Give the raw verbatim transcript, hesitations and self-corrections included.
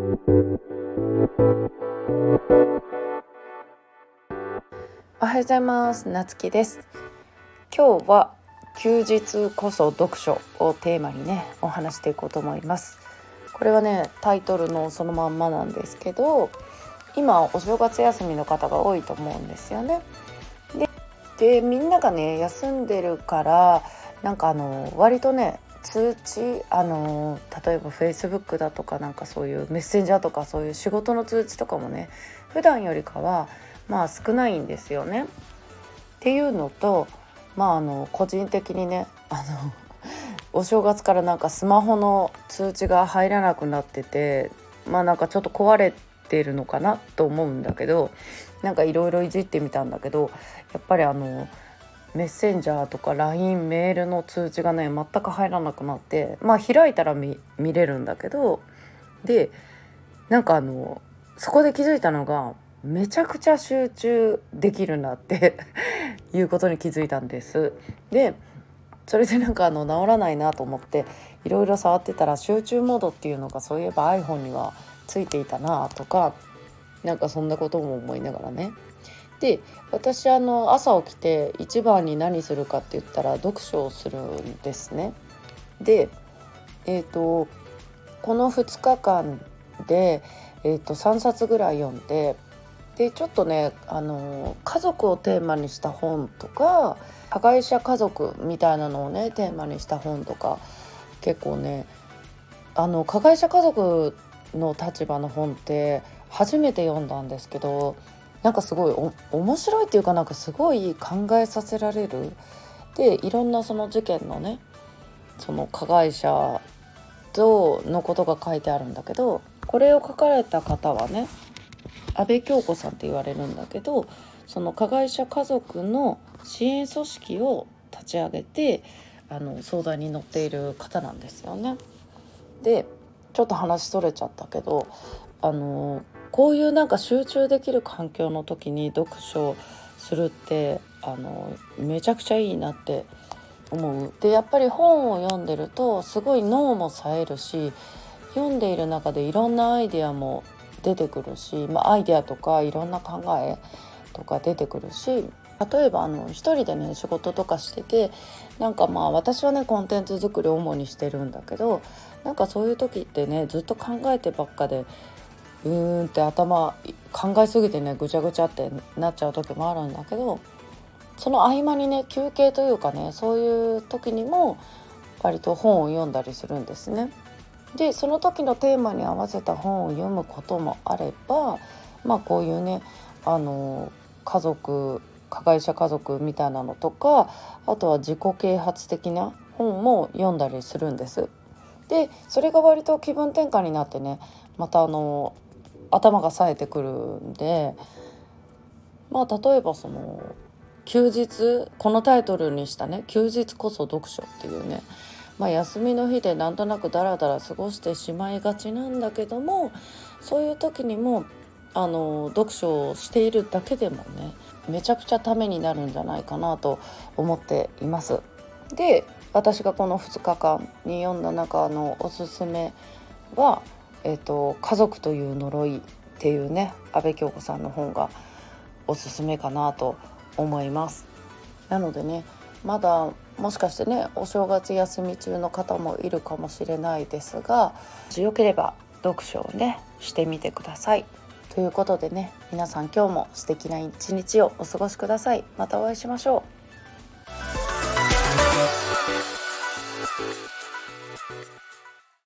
おはようございます。なつきです。今日は休日こそ読書をテーマにねお話していこうと思います。これはねタイトルのそのまんまなんですけど、今お正月休みの方が多いと思うんですよね。で、でみんながね休んでるからなんかあの割とね通知あの例えば Facebook だとかなんかそういうメッセンジャーとかそういう仕事の通知とかもね普段よりかはまあ少ないんですよね。っていうのと、まああの個人的にねあのお正月からなんかスマホの通知が入らなくなってて、まあなんかちょっと壊れてるのかなと思うんだけど、なんかいろいろいじってみたんだけど、やっぱりあのメッセンジャーとか ライン メールの通知がね全く入らなくなって、まあ開いたら 見, 見れるんだけど、でなんかあのそこで気づいたのがめちゃくちゃ集中できるなっていうことに気づいたんです。でそれでなんかあの治らないなと思っていろいろ触ってたら、集中モードっていうのがそういえば iPhone にはついていたなとか、なんかそんなことも思いながらね。で私あの朝起きて一番に何するかって言ったら読書をするんですね。でえっ、とこのふつかかんで、えー、とさんさつぐらい読んで、でちょっとねあの家族をテーマにした本とか加害者家族みたいなのをねテーマにした本とか、結構ねあの加害者家族の立場の本って初めて読んだんですけど、なんかすごいお面白いっていうか、なんかすごい考えさせられる。でいろんなその事件のねその加害者とのことが書いてあるんだけど、これを書かれた方はね安倍京子さんって言われるんだけど、その加害者家族の支援組織を立ち上げてあの相談に乗っている方なんですよね。でちょっと話それちゃったけど、あのこういうなんか集中できる環境の時に読書するってあのめちゃくちゃいいなって思う。でやっぱり本を読んでるとすごい脳も冴えるし、読んでいる中でいろんなアイデアも出てくるし、まあ、アイデアとかいろんな考えとか出てくるし、例えばあの一人でね仕事とかしてて、なんかまあ私はねコンテンツ作りを主にしてるんだけど、なんかそういう時ってねずっと考えてばっかでうーんって頭考えすぎてねぐちゃぐちゃってなっちゃう時もあるんだけど、その合間にね休憩というかね、そういう時にも割と本を読んだりするんですね。でその時のテーマに合わせた本を読むこともあれば、まあこういうねあの家族加害者家族みたいなのとか、あとは自己啓発的な本も読んだりするんです。でそれが割と気分転換になってね、またあの頭が冴えてくるんで、まあ例えばその休日、このタイトルにしたね休日こそ読書っていうね、まあ、休みの日でなんとなくダラダラ過ごしてしまいがちなんだけども、そういう時にもあの読書をしているだけでもねめちゃくちゃためになるんじゃないかなと思っています。で私がこのふつかかんに読んだ中のおすすめは、えっと、家族という呪いっていうね安倍京子さんの本がおすすめかなと思います。なのでねまだもしかしてねお正月休み中の方もいるかもしれないですが、もしよければ読書をねしてみてください。ということでね、皆さん今日も素敵な一日をお過ごしください。またお会いしましょう。